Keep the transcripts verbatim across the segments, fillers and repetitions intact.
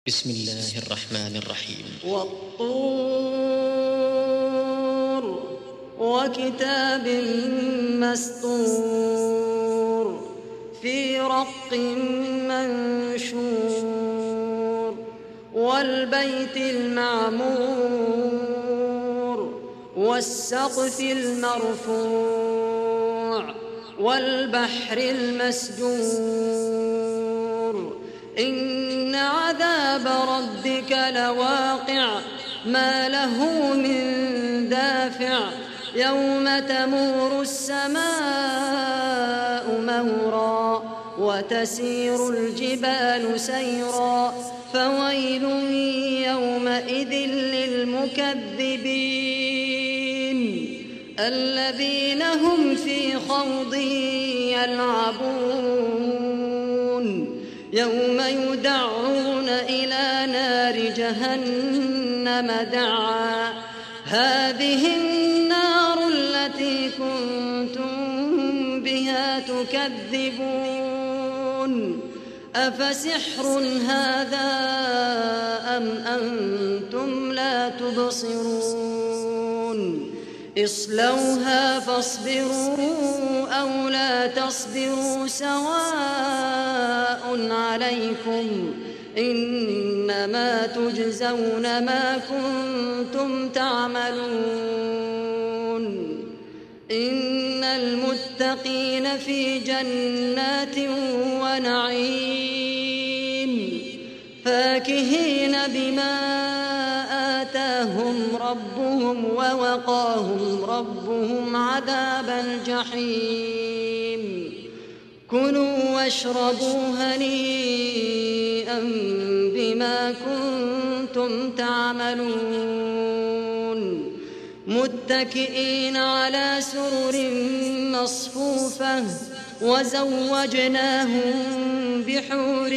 بسم الله الرحمن الرحيم. والطور وكتاب مسطور في رق منشور والبيت المعمور والسقف المرفوع والبحر المسجور إن عذاب ربك لواقع ما له من دافع يوم تمور السماء مورا وتسير الجبال سيرا فويل يومئذ للمكذبين الذين هم في خوض يلعبون يوم يدعون إلى نار جهنم دعا هذه النار التي كنتم بها تكذبون أفسحر هذا أم أنتم لا تبصرون اصلوها فاصبروا أو لا تصبروا سواء عليكم إنما تجزون ما كنتم تعملون إن المتقين في جنات ونعيم فاكهين بما آتاهم ربهم ووقاهم ربهم عذاب الجحيم كلوا واشربوا هنيئا بما كنتم تعملون متكئين على سرر مصفوفة وزوجناهم بحور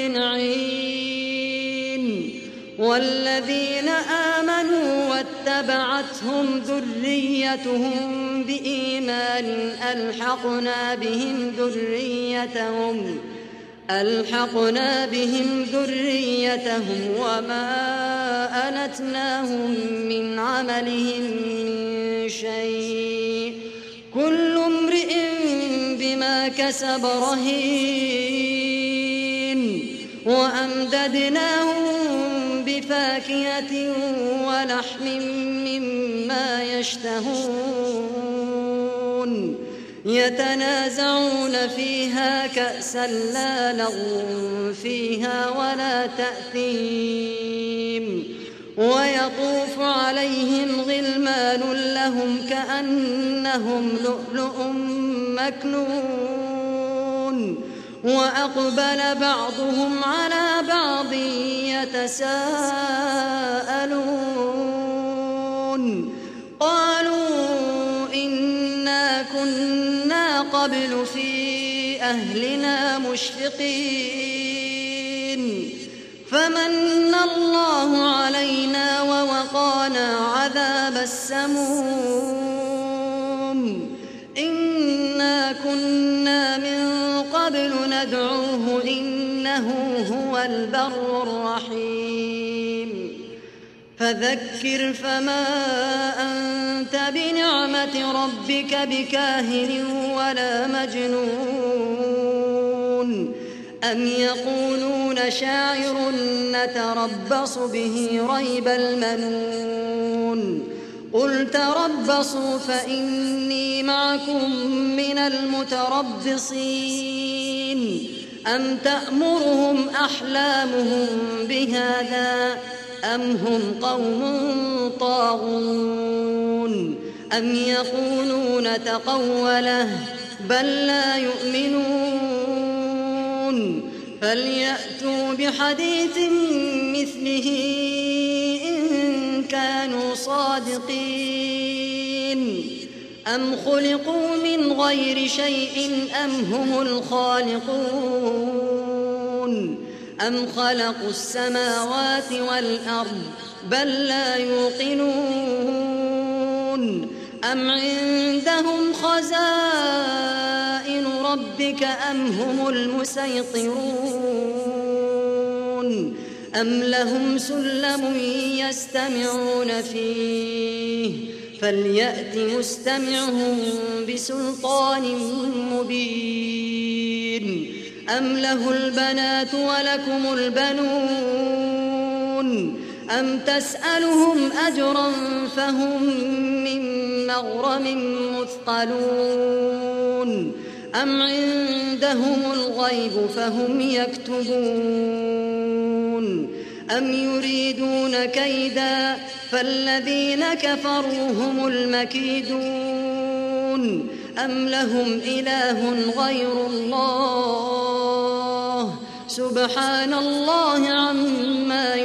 عين والذين آمنوا واتبعتهم ذريتهم بإيمان ألحقنا بهم ذريتهم ألحقنا بهم ذريتهم وما ألتناهم من عملهم من شيء كل امرئ بما كسب رهين وأمددناهم بفاكهة ولحم مما يشتهون يتنازعون فيها كأسا لا لغو فيها ولا تأثيم ويطوف عليهم غلمان لهم كأنهم لؤلؤ مكنون وأقبل بعضهم على بعض يتساءلون قالوا إنا كنا قبل في أهلنا مشفقين فمن الله علينا ووقانا عذاب السموم إنا كنا من قبل ندعوه إنه هو البر الرحيم فذكر فما أنت بنعمة ربك بكاهن ولا مجنون أم يقولون شاعر نتربص به ريب المنون قل تربصوا فإني معكم من المتربصين أم تأمرهم أحلامهم بهذا أم هم قوم طاغون أم يقولون تقوله بل لا يؤمنون فليأتوا بحديث مثله إن كانوا صادقين أم خلقوا من غير شيء أم هم الخالقون أم خلقوا السماوات والأرض بل لا يوقنون أم عندهم خزائن ربك أم هم المسيطرون أم لهم سلم يستمعون فيه فليأت مستمعهم بسلطان مبين أم له البنات ولكم البنون أم تسألهم أجرا فهم من مغرم مثقلون أم عندهم الغيب فهم يكتبون أم يريدون كيدا فالذين كفروا هم المكيدون أم لهم إله غير الله سبحان الله عما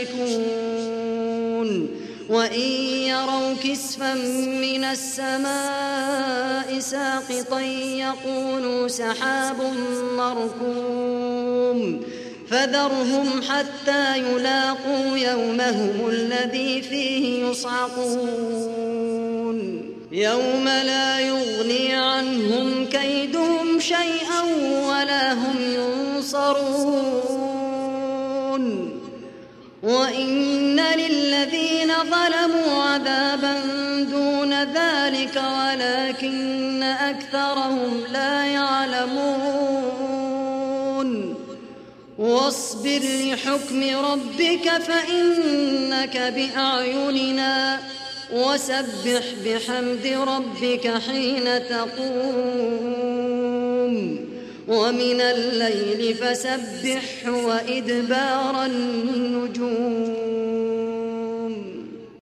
يشركون وإن يروا كسفا من السماء ساقطا يقولوا سحاب مركوم فذرهم حتى يلاقوا يومهم الذي فيه يصعقون يوم لا يغني عنهم كيدهم شيئا ولا هم ينصرون وإن للذين ظلموا عذابا دون ذلك ولكن أكثرهم لا يعلمون واصبر لحكم ربك فإنك بأعيننا وسبح بحمد ربك حين تقوم ومن الليل فسبح وإدبار النجوم.